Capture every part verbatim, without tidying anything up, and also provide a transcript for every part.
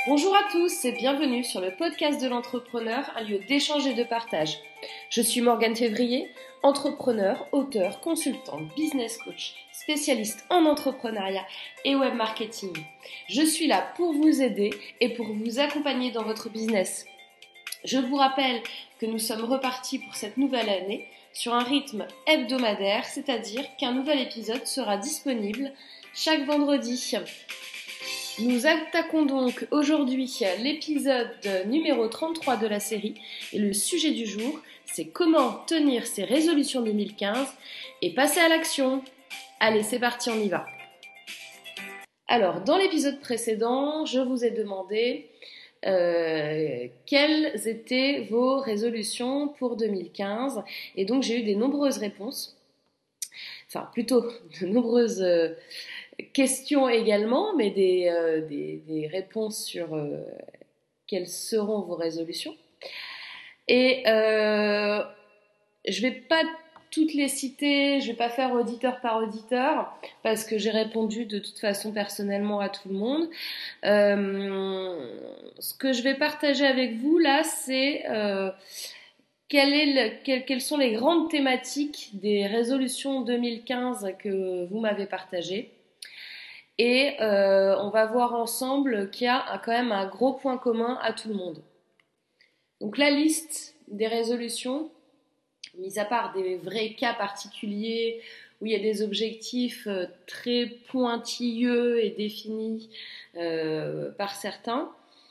Bonjour à tous et bienvenue sur le podcast de l'entrepreneur, un lieu d'échange et de partage. Je suis Morgane Février, entrepreneur, auteur, consultante, business coach, spécialiste en entrepreneuriat et web marketing. Je suis là pour vous aider et pour vous accompagner dans votre business. Je vous rappelle que nous sommes repartis pour cette nouvelle année sur un rythme hebdomadaire, c'est-à-dire qu'un nouvel épisode sera disponible chaque vendredi. Nous attaquons donc aujourd'hui l'épisode numéro trente-trois de la série et le sujet du jour, c'est comment tenir ses résolutions deux mille quinze et passer à l'action. Allez, c'est parti, on y va. Alors, dans l'épisode précédent, je vous ai demandé euh, quelles étaient vos résolutions pour deux mille quinze et donc j'ai eu des nombreuses réponses, enfin plutôt de nombreuses... Euh, questions également, mais des, euh, des, des réponses sur euh, quelles seront vos résolutions. Et euh, je ne vais pas toutes les citer, je ne vais pas faire auditeur par auditeur, parce que j'ai répondu de toute façon personnellement à tout le monde. Euh, ce que je vais partager avec vous là, c'est euh, quel est le, quel, quelles sont les grandes thématiques des résolutions deux mille quinze que vous m'avez partagées. Et euh, on va voir ensemble qu'il y a quand même un gros point commun à tout le monde. Donc la liste des résolutions, mis à part des vrais cas particuliers où il y a des objectifs très pointilleux et définis euh, par certains,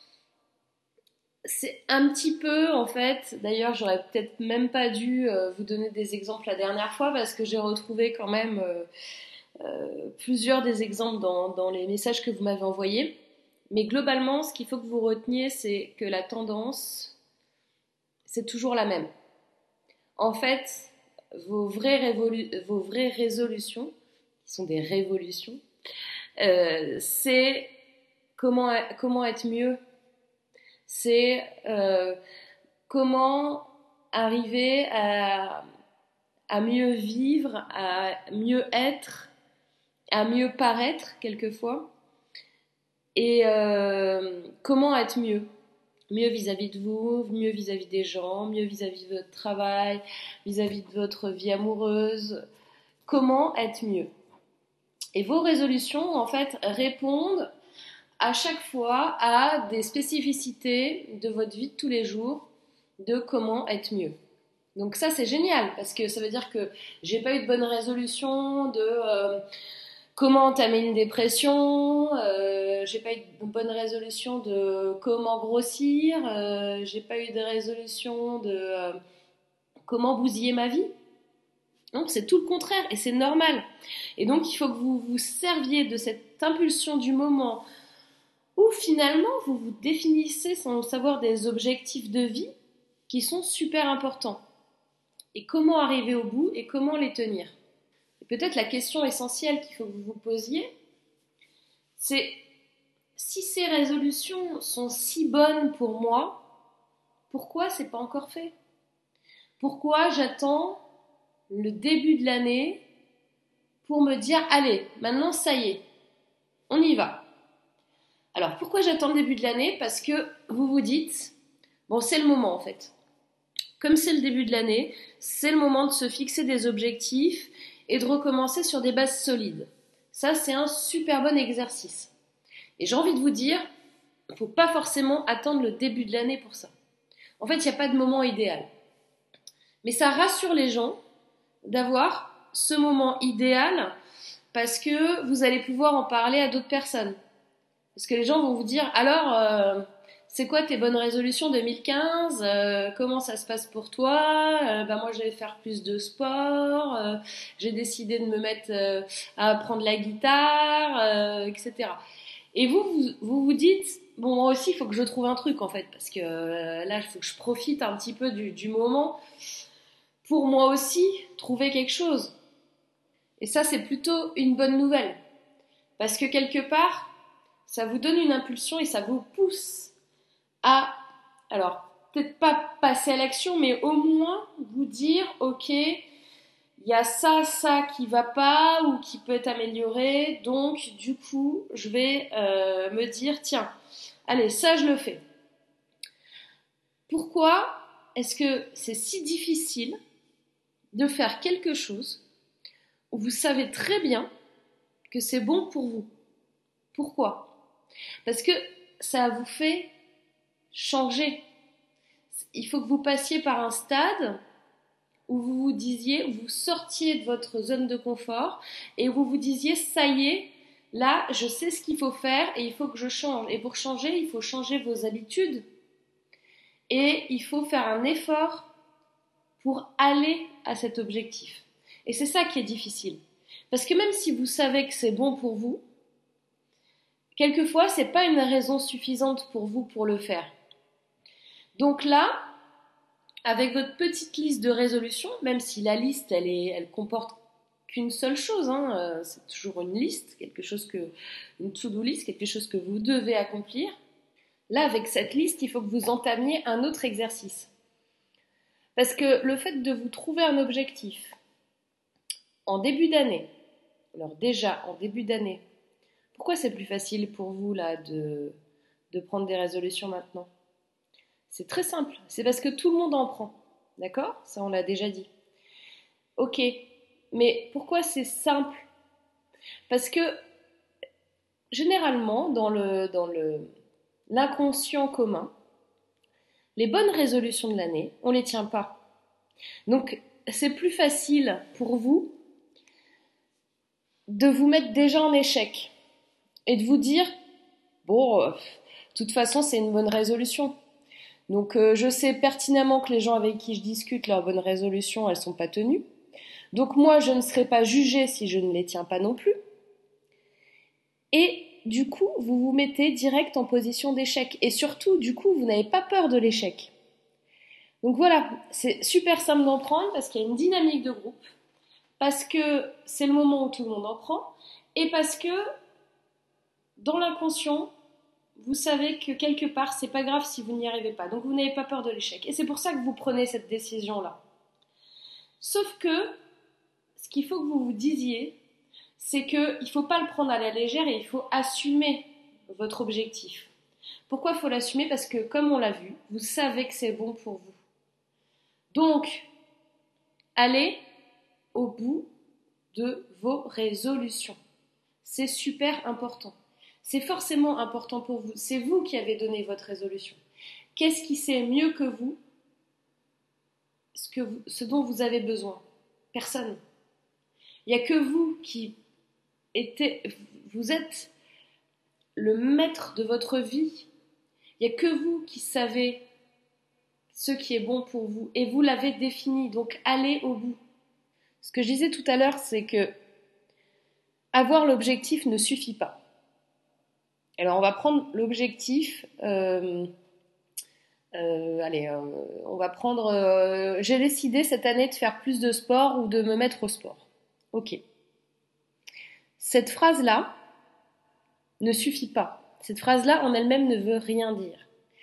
c'est un petit peu en fait, d'ailleurs j'aurais peut-être même pas dû euh, vous donner des exemples la dernière fois parce que j'ai retrouvé quand même... Euh, Euh, plusieurs des exemples dans, dans les messages que vous m'avez envoyés. Mais globalement, ce qu'il faut que vous reteniez, c'est que la tendance, c'est toujours la même. En fait, vos vraies, révolu- vos vraies résolutions, qui sont des révolutions, euh, c'est comment, comment être mieux. C'est euh, comment arriver à, à mieux vivre, à mieux être, à mieux paraître quelquefois et euh, comment être mieux mieux vis-à-vis de vous, mieux vis-à-vis des gens, mieux vis-à-vis de votre travail, vis-à-vis de votre vie amoureuse, comment être mieux. Et vos résolutions en fait répondent à chaque fois à des spécificités de votre vie de tous les jours, de comment être mieux. Donc ça c'est génial parce que ça veut dire que j'ai pas eu de bonne résolution de euh, comment entamer une dépression, euh, j'ai pas eu de bonne résolution de comment grossir, euh, j'ai pas eu de résolution de euh, comment bousiller ma vie. Non, c'est tout le contraire et c'est normal. Et donc il faut que vous vous serviez de cette impulsion du moment où finalement vous vous définissez sans le savoir des objectifs de vie qui sont super importants. Et comment arriver au bout et comment les tenir. Et peut-être la question essentielle qu'il faut que vous vous posiez, c'est si ces résolutions sont si bonnes pour moi, pourquoi c'est pas encore fait? Pourquoi j'attends le début de l'année pour me dire allez, maintenant ça y est, on y va. Alors pourquoi j'attends le début de l'année? Parce que vous vous dites, bon c'est le moment en fait. Comme c'est le début de l'année, c'est le moment de se fixer des objectifs et de recommencer sur des bases solides. Ça, c'est un super bon exercice. Et j'ai envie de vous dire, il ne faut pas forcément attendre le début de l'année pour ça. En fait, il n'y a pas de moment idéal. Mais ça rassure les gens d'avoir ce moment idéal parce que vous allez pouvoir en parler à d'autres personnes. Parce que les gens vont vous dire, alors... Euh, c'est quoi tes bonnes résolutions deux mille quinze? euh, Comment ça se passe pour toi? euh, bah moi, je vais faire plus de sport. Euh, j'ai décidé de me mettre euh, à apprendre la guitare, euh, et cetera. Et vous, vous, vous vous dites, bon, moi aussi, il faut que je trouve un truc, en fait, parce que euh, là, il faut que je profite un petit peu du, du moment pour moi aussi trouver quelque chose. Et ça, c'est plutôt une bonne nouvelle. Parce que quelque part, ça vous donne une impulsion et ça vous pousse à, alors, peut-être pas passer à l'action, mais au moins vous dire, ok, il y a ça, ça qui va pas ou qui peut être amélioré, donc du coup, je vais euh, me dire, tiens, Allez, ça je le fais. Pourquoi est-ce que c'est si difficile de faire quelque chose où vous savez très bien que c'est bon pour vous? Pourquoi? Parce que ça vous fait changer. Il faut que vous passiez par un stade où vous vous disiez, où vous sortiez de votre zone de confort et où vous vous disiez, ça y est, là, je sais ce qu'il faut faire et il faut que je change. Et pour changer, il faut changer vos habitudes et il faut faire un effort pour aller à cet objectif. Et c'est ça qui est difficile. Parce que même si vous savez que c'est bon pour vous, quelquefois, c'est pas une raison suffisante pour vous pour le faire. Donc là, avec votre petite liste de résolutions, même si la liste, elle, est, elle comporte qu'une seule chose, hein, euh, c'est toujours une liste, quelque chose que, une to-do list, quelque chose que vous devez accomplir. Là, avec cette liste, il faut que vous entamiez un autre exercice. Parce que le fait de vous trouver un objectif en début d'année, alors déjà en début d'année, pourquoi c'est plus facile pour vous là de, de prendre des résolutions maintenant? C'est très simple, c'est parce que tout le monde en prend, d'accord? Ça on l'a déjà dit. Ok, mais pourquoi c'est simple? Parce que généralement dans le, dans le, l'inconscient commun, les bonnes résolutions de l'année, on ne les tient pas. Donc c'est plus facile pour vous de vous mettre déjà en échec et de vous dire bon, euh, de toute façon c'est une bonne résolution. Donc euh, je sais pertinemment que les gens avec qui je discute leurs bonnes résolutions, elles sont pas tenues. Donc moi je ne serai pas jugée si je ne les tiens pas non plus. Et du coup, vous vous mettez direct en position d'échec. Et surtout, du coup, vous n'avez pas peur de l'échec. Donc voilà, c'est super simple d'en prendre parce qu'il y a une dynamique de groupe, parce que c'est le moment où tout le monde en prend, et parce que dans l'inconscient, vous savez que quelque part, c'est pas grave si vous n'y arrivez pas. Donc vous n'avez pas peur de l'échec. Et c'est pour ça que vous prenez cette décision-là. Sauf que, ce qu'il faut que vous vous disiez, c'est qu'il ne faut pas le prendre à la légère et il faut assumer votre objectif. Pourquoi il faut l'assumer? Parce que, comme on l'a vu, vous savez que c'est bon pour vous. Donc, allez au bout de vos résolutions. C'est super important. C'est forcément important pour vous. C'est vous qui avez donné votre résolution. Qu'est-ce qui sait mieux que vous ce, que vous, ce dont vous avez besoin? Personne. Il n'y a que vous qui était, vous êtes le maître de votre vie. Il n'y a que vous qui savez ce qui est bon pour vous et vous l'avez défini, donc allez au bout. Ce que je disais tout à l'heure, c'est que avoir l'objectif ne suffit pas. Alors on va prendre l'objectif, euh, euh, allez, euh, on va prendre, euh, j'ai décidé cette année de faire plus de sport ou de me mettre au sport. Ok. Cette phrase-là ne suffit pas. Cette phrase-là en elle-même ne veut rien dire.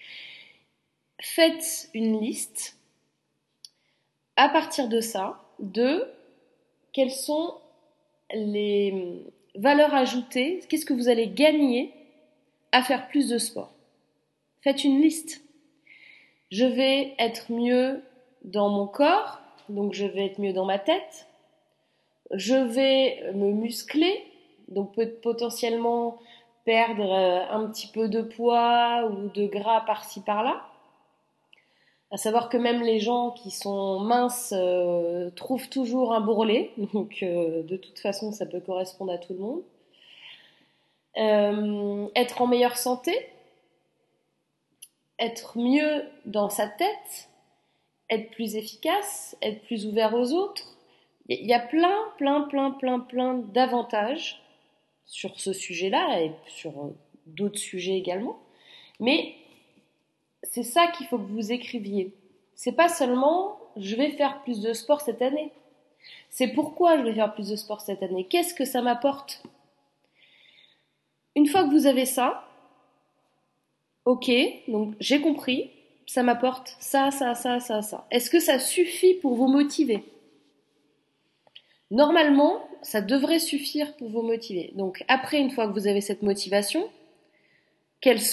Faites une liste à partir de ça, de quelles sont les valeurs ajoutées, qu'est-ce que vous allez gagner à faire plus de sport. Faites une liste. Je vais être mieux dans mon corps, donc je vais être mieux dans ma tête. Je vais me muscler, donc potentiellement perdre un petit peu de poids ou de gras par-ci par-là. À savoir que même les gens qui sont minces euh, trouvent toujours un bourrelet, donc euh, de toute façon ça peut correspondre à tout le monde. Euh, être en meilleure santé, être mieux dans sa tête, être plus efficace, être plus ouvert aux autres. Il y a plein, plein, plein, plein, plein d'avantages sur ce sujet-là et sur d'autres sujets également. Mais c'est ça qu'il faut que vous écriviez. C'est pas seulement je vais faire plus de sport cette année. C'est pourquoi je vais faire plus de sport cette année. Qu'est-ce que ça m'apporte? Une fois que vous avez ça, ok, donc j'ai compris, ça m'apporte ça, ça, ça, ça, ça. Est-ce que ça suffit pour vous motiver? Normalement, ça devrait suffire pour vous motiver. Donc après, une fois que vous avez cette motivation, quelles sont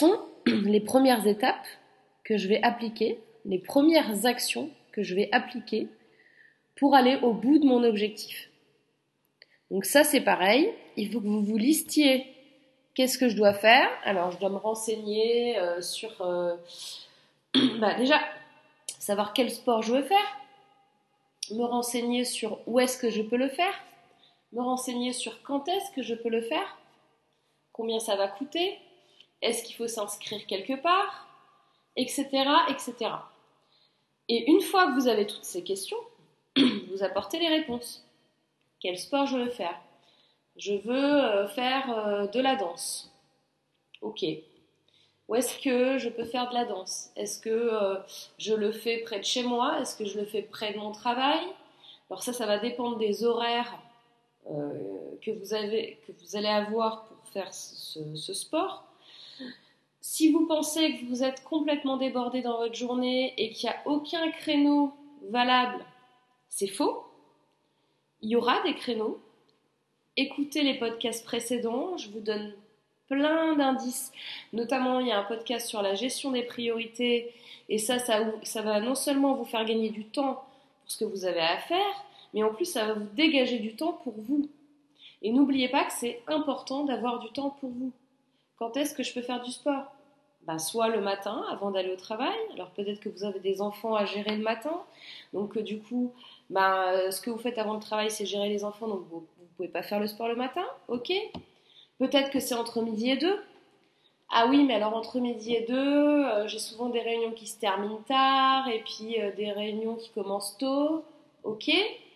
les premières étapes que je vais appliquer, les premières actions que je vais appliquer pour aller au bout de mon objectif. Donc ça, c'est pareil, il faut que vous vous listiez qu'est-ce que je dois faire. Alors, je dois me renseigner euh, sur... Euh, bah, déjà, savoir quel sport je veux faire, me renseigner sur où est-ce que je peux le faire, me renseigner sur quand est-ce que je peux le faire, combien ça va coûter, est-ce qu'il faut s'inscrire quelque part, et cetera, et cetera. Et une fois que vous avez toutes ces questions, vous apportez les réponses. Quel sport je veux faire? Je veux euh, faire euh, de la danse. Ok. Où est-ce que je peux faire de la danse? Est-ce que euh, je le fais près de chez moi? Est-ce que je le fais près de mon travail? Alors ça, ça va dépendre des horaires euh, que, vous avez, que vous allez avoir pour faire ce, ce sport. Si vous pensez que vous êtes complètement débordé dans votre journée et qu'il n'y a aucun créneau valable, c'est faux. Il y aura des créneaux. Écoutez les podcasts précédents, je vous donne plein d'indices. Notamment, il y a un podcast sur la gestion des priorités. Et ça, ça, ça va non seulement vous faire gagner du temps pour ce que vous avez à faire, mais en plus, ça va vous dégager du temps pour vous. Et n'oubliez pas que c'est important d'avoir du temps pour vous. Quand est-ce que je peux faire du sport? Ben, soit le matin, avant d'aller au travail. Alors peut-être que vous avez des enfants à gérer le matin. Donc euh, du coup, ben, euh, ce que vous faites avant le travail, c'est gérer les enfants. Donc vous ne pouvez pas faire le sport le matin. Ok. Peut-être que c'est entre midi et deux. Ah oui, mais alors entre midi et deux, euh, j'ai souvent des réunions qui se terminent tard. Et puis euh, des réunions qui commencent tôt. Ok.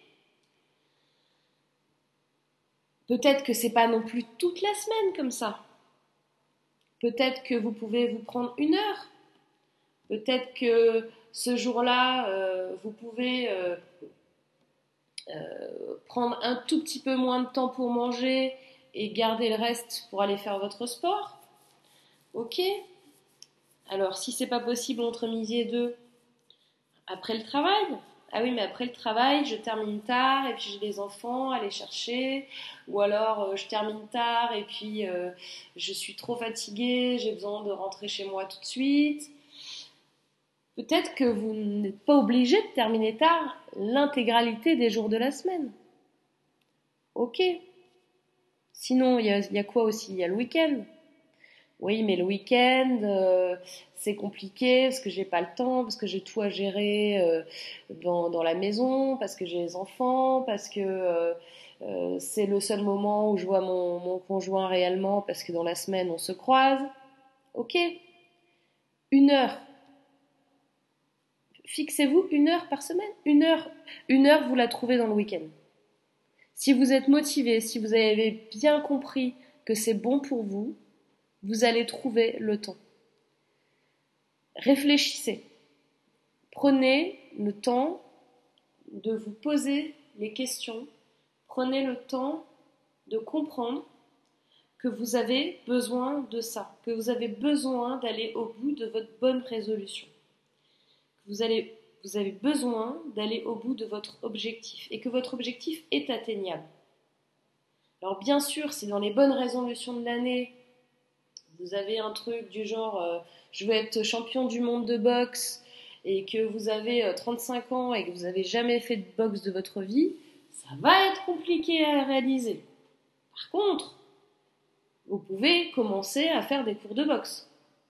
Peut-être que c'est pas non plus toute la semaine comme ça. Peut-être que vous pouvez vous prendre une heure. Peut-être que ce jour-là, euh, vous pouvez euh, euh, prendre un tout petit peu moins de temps pour manger et garder le reste pour aller faire votre sport. Ok. Alors, si c'est pas possible entre midi et deux, après le travail. Ah oui, mais après le travail, je termine tard et puis j'ai des enfants à aller chercher. Ou alors, euh, je termine tard et puis euh, je suis trop fatiguée, j'ai besoin de rentrer chez moi tout de suite. Peut-être que vous n'êtes pas obligé de terminer tard l'intégralité des jours de la semaine. Ok. Sinon, il y a, y a quoi aussi? Il y a le week-end. Oui, mais le week-end, euh, c'est compliqué parce que j'ai pas le temps, parce que j'ai tout à gérer euh, dans, dans la maison, parce que j'ai les enfants, parce que euh, euh, c'est le seul moment où je vois mon, mon conjoint réellement, parce que dans la semaine, on se croise. Ok. Une heure. Fixez-vous une heure par semaine. Une heure, une heure, vous la trouvez dans le week-end. Si vous êtes motivé, si vous avez bien compris que c'est bon pour vous, vous allez trouver le temps. Réfléchissez. Prenez le temps de vous poser les questions. Prenez le temps de comprendre que vous avez besoin de ça, que vous avez besoin d'aller au bout de votre bonne résolution. Vous, allez, vous avez besoin d'aller au bout de votre objectif et que votre objectif est atteignable. Alors bien sûr, si dans les bonnes résolutions de l'année, vous avez un truc du genre euh, je veux être champion du monde de boxe et que vous avez euh, trente-cinq ans et que vous n'avez jamais fait de boxe de votre vie, ça va être compliqué à réaliser. Par contre, vous pouvez commencer à faire des cours de boxe.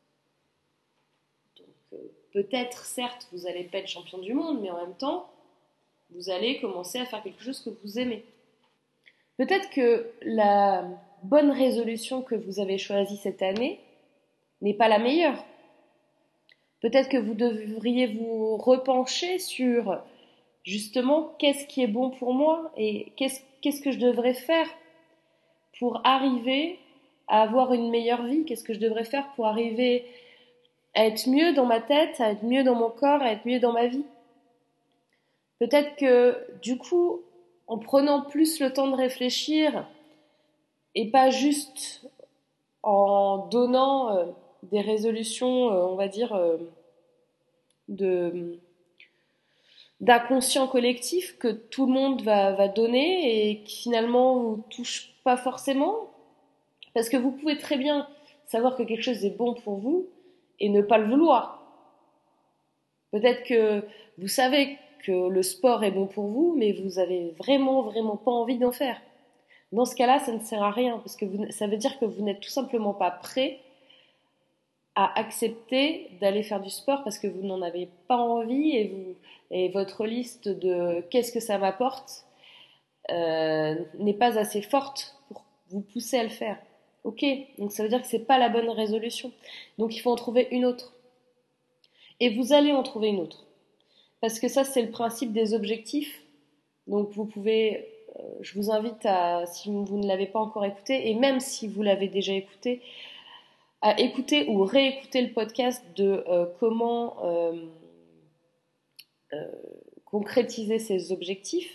Donc euh, peut-être, certes, vous n'allez pas être champion du monde, mais en même temps, vous allez commencer à faire quelque chose que vous aimez. Peut-être que la bonne résolution que vous avez choisie cette année n'est pas la meilleure. Peut-être que vous devriez vous repencher sur justement qu'est-ce qui est bon pour moi et qu'est-ce, qu'est-ce que je devrais faire pour arriver à avoir une meilleure vie, qu'est-ce que je devrais faire pour arriver à être mieux dans ma tête, à être mieux dans mon corps, à être mieux dans ma vie. Peut-être que du coup, en prenant plus le temps de réfléchir et pas juste en donnant euh, des résolutions, euh, on va dire, euh, de, d'inconscient collectif que tout le monde va, va donner et qui finalement vous touche pas forcément. Parce que vous pouvez très bien savoir que quelque chose est bon pour vous, et ne pas le vouloir. Peut-être que vous savez que le sport est bon pour vous, mais vous avez vraiment, vraiment pas envie d'en faire. Dans ce cas-là, ça ne sert à rien, parce que vous, ça veut dire que vous n'êtes tout simplement pas prêt à accepter d'aller faire du sport parce que vous n'en avez pas envie et, vous, et votre liste de qu'est-ce que ça m'apporte euh, n'est pas assez forte pour vous pousser à le faire. Ok, donc ça veut dire que c'est pas la bonne résolution. Donc il faut en trouver une autre. Et vous allez en trouver une autre. Parce que ça, c'est le principe des objectifs. Donc vous pouvez, euh, je vous invite à, si vous ne l'avez pas encore écouté, et même si vous l'avez déjà écouté, à écouter ou réécouter le podcast de euh, comment euh, euh, concrétiser ses objectifs.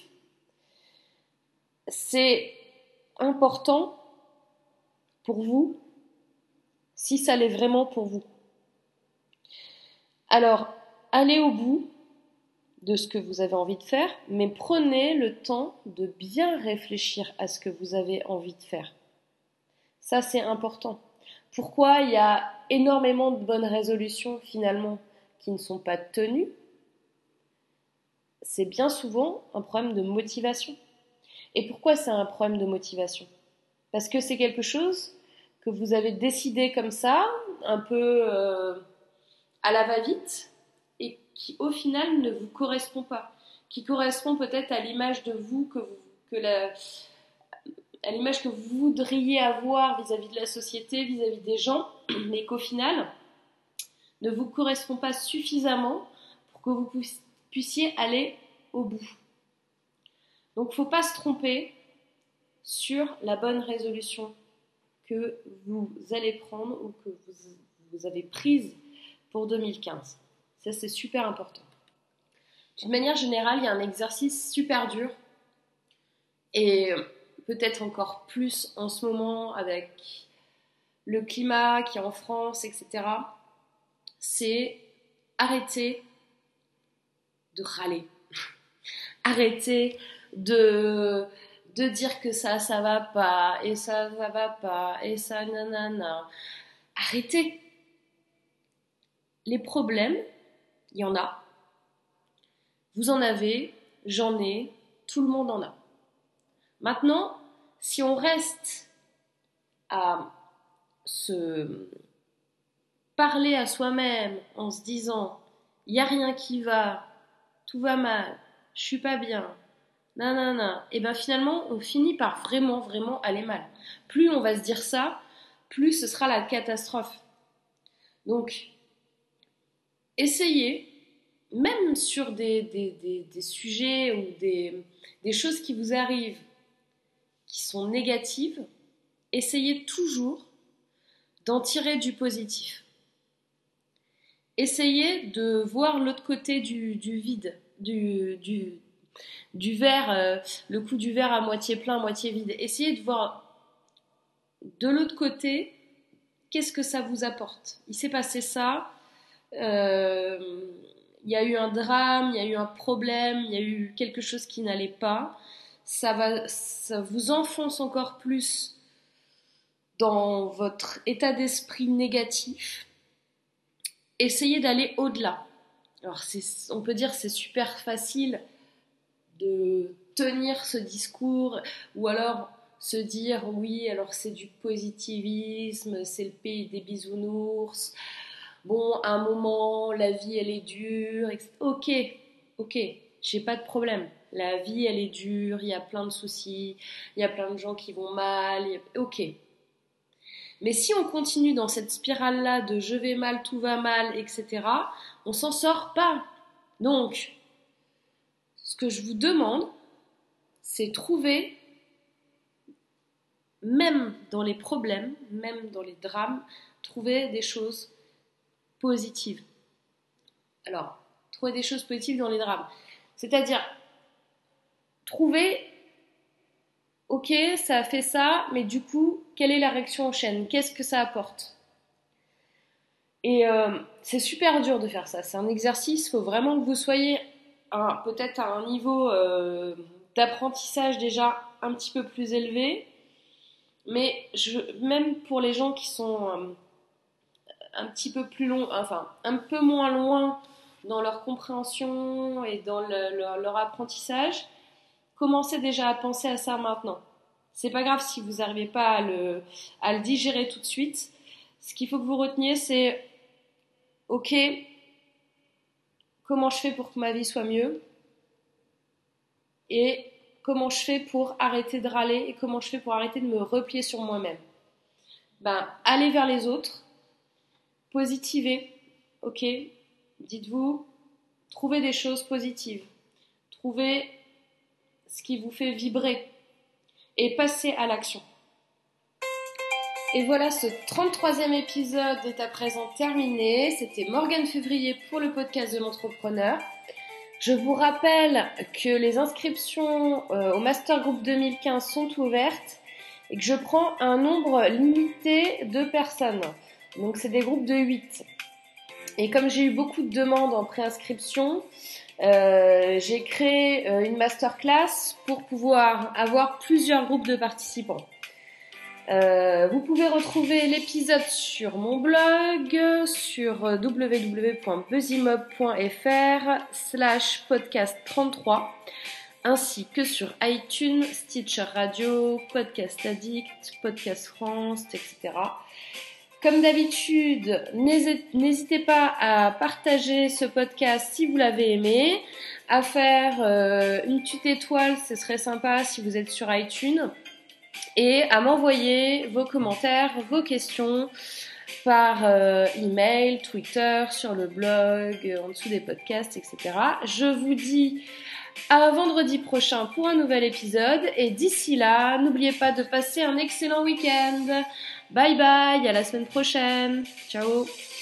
C'est important pour vous si ça l'est vraiment pour vous. Alors, allez au bout de ce que vous avez envie de faire, mais prenez le temps de bien réfléchir à ce que vous avez envie de faire. Ça, c'est important. Pourquoi il y a énormément de bonnes résolutions finalement qui ne sont pas tenues? C'est bien souvent un problème de motivation. Et pourquoi c'est un problème de motivation? Parce que c'est quelque chose que vous avez décidé comme ça, un peu euh, à la va-vite, et qui au final ne vous correspond pas, qui correspond peut-être à l'image de vous que vous, que la, à l'image que vous voudriez avoir vis-à-vis de la société, vis-à-vis des gens, mais qu'au final ne vous correspond pas suffisamment pour que vous puissiez aller au bout. Donc, il ne faut pas se tromper sur la bonne résolution que vous allez prendre ou que vous, vous avez prise pour deux mille quinze. Ça, c'est super important. D'une manière générale, il y a un exercice super dur et peut-être encore plus en ce moment avec le climat qui est en France, et cetera. C'est arrêter de râler. Arrêter de, de dire que ça, ça va pas, et ça, ça va pas, et ça, nanana. Arrêtez. Les problèmes, il y en a. Vous en avez, j'en ai, tout le monde en a. Maintenant, si on reste à se parler à soi-même en se disant il n'y a rien qui va, tout va mal, je suis pas bien, nanana, et bien finalement on finit par vraiment vraiment aller mal. Plus on va se dire ça, plus ce sera la catastrophe. Donc essayez, même sur des, des, des, des sujets ou des, des choses qui vous arrivent qui sont négatives, essayez toujours d'en tirer du positif. Essayez de voir l'autre côté du, du vide, du, du, du verre, euh, le coup du verre à moitié plein, à moitié vide. Essayez de voir de l'autre côté qu'est-ce que ça vous apporte. Il s'est passé ça, euh, il y a eu un drame, il y a eu un problème, il y a eu quelque chose qui n'allait pas. Ça, va, ça vous enfonce encore plus dans votre état d'esprit négatif. Essayez d'aller au-delà. Alors, c'est, on peut dire que c'est super facile de tenir ce discours, ou alors se dire oui, alors c'est du positivisme, c'est le pays des bisounours. Bon, à un moment, la vie elle est dure. et cetera. Ok, ok, j'ai pas de problème. La vie elle est dure, il y a plein de soucis, il y a plein de gens qui vont mal. A... Ok. Mais si on continue dans cette spirale-là de je vais mal, tout va mal, et cetera, on s'en sort pas. Donc, ce que je vous demande, c'est trouver, même dans les problèmes, même dans les drames, trouver des choses positives. Alors, trouver des choses positives dans les drames. C'est-à-dire, trouver, ok, ça a fait ça, mais du coup, quelle est la réaction en chaîne? Qu'est-ce que ça apporte? Et euh, c'est super dur de faire ça. C'est un exercice, il faut vraiment que vous soyez un, peut-être à un niveau euh, d'apprentissage déjà un petit peu plus élevé. Mais je, même pour les gens qui sont euh, un petit peu plus long, enfin un peu moins loin dans leur compréhension et dans le, leur, leur apprentissage, commencez déjà à penser à ça maintenant. C'est pas grave si vous n'arrivez pas à le, à le digérer tout de suite. Ce qu'il faut que vous reteniez, c'est ok, comment je fais pour que ma vie soit mieux et comment je fais pour arrêter de râler et comment je fais pour arrêter de me replier sur moi-même. Ben, allez vers les autres, positivez, ok, dites-vous, trouvez des choses positives, trouvez ce qui vous fait vibrer et passez à l'action. Et voilà, ce trente-troisième épisode est à présent terminé. C'était Morgane Février pour le podcast de l'entrepreneur. Je vous rappelle que les inscriptions euh, au Master Group deux mille quinze sont ouvertes et que je prends un nombre limité de personnes. Donc c'est des groupes de huit. Et comme j'ai eu beaucoup de demandes en préinscription, euh, j'ai créé euh, une masterclass pour pouvoir avoir plusieurs groupes de participants. Euh, vous pouvez retrouver l'épisode sur mon blog, sur w w w point buzzimob point f r slash podcast trente-trois, ainsi que sur iTunes, Stitcher Radio, Podcast Addict, Podcast France, et cetera. Comme d'habitude, n'hésitez pas à partager ce podcast si vous l'avez aimé, à faire euh, une petite étoile, ce serait sympa si vous êtes sur iTunes, et à m'envoyer vos commentaires, vos questions par euh, email, Twitter, sur le blog, euh, en dessous des podcasts, et cetera. Je vous dis à vendredi prochain pour un nouvel épisode et d'ici là, n'oubliez pas de passer un excellent week-end. Bye bye, à la semaine prochaine. Ciao.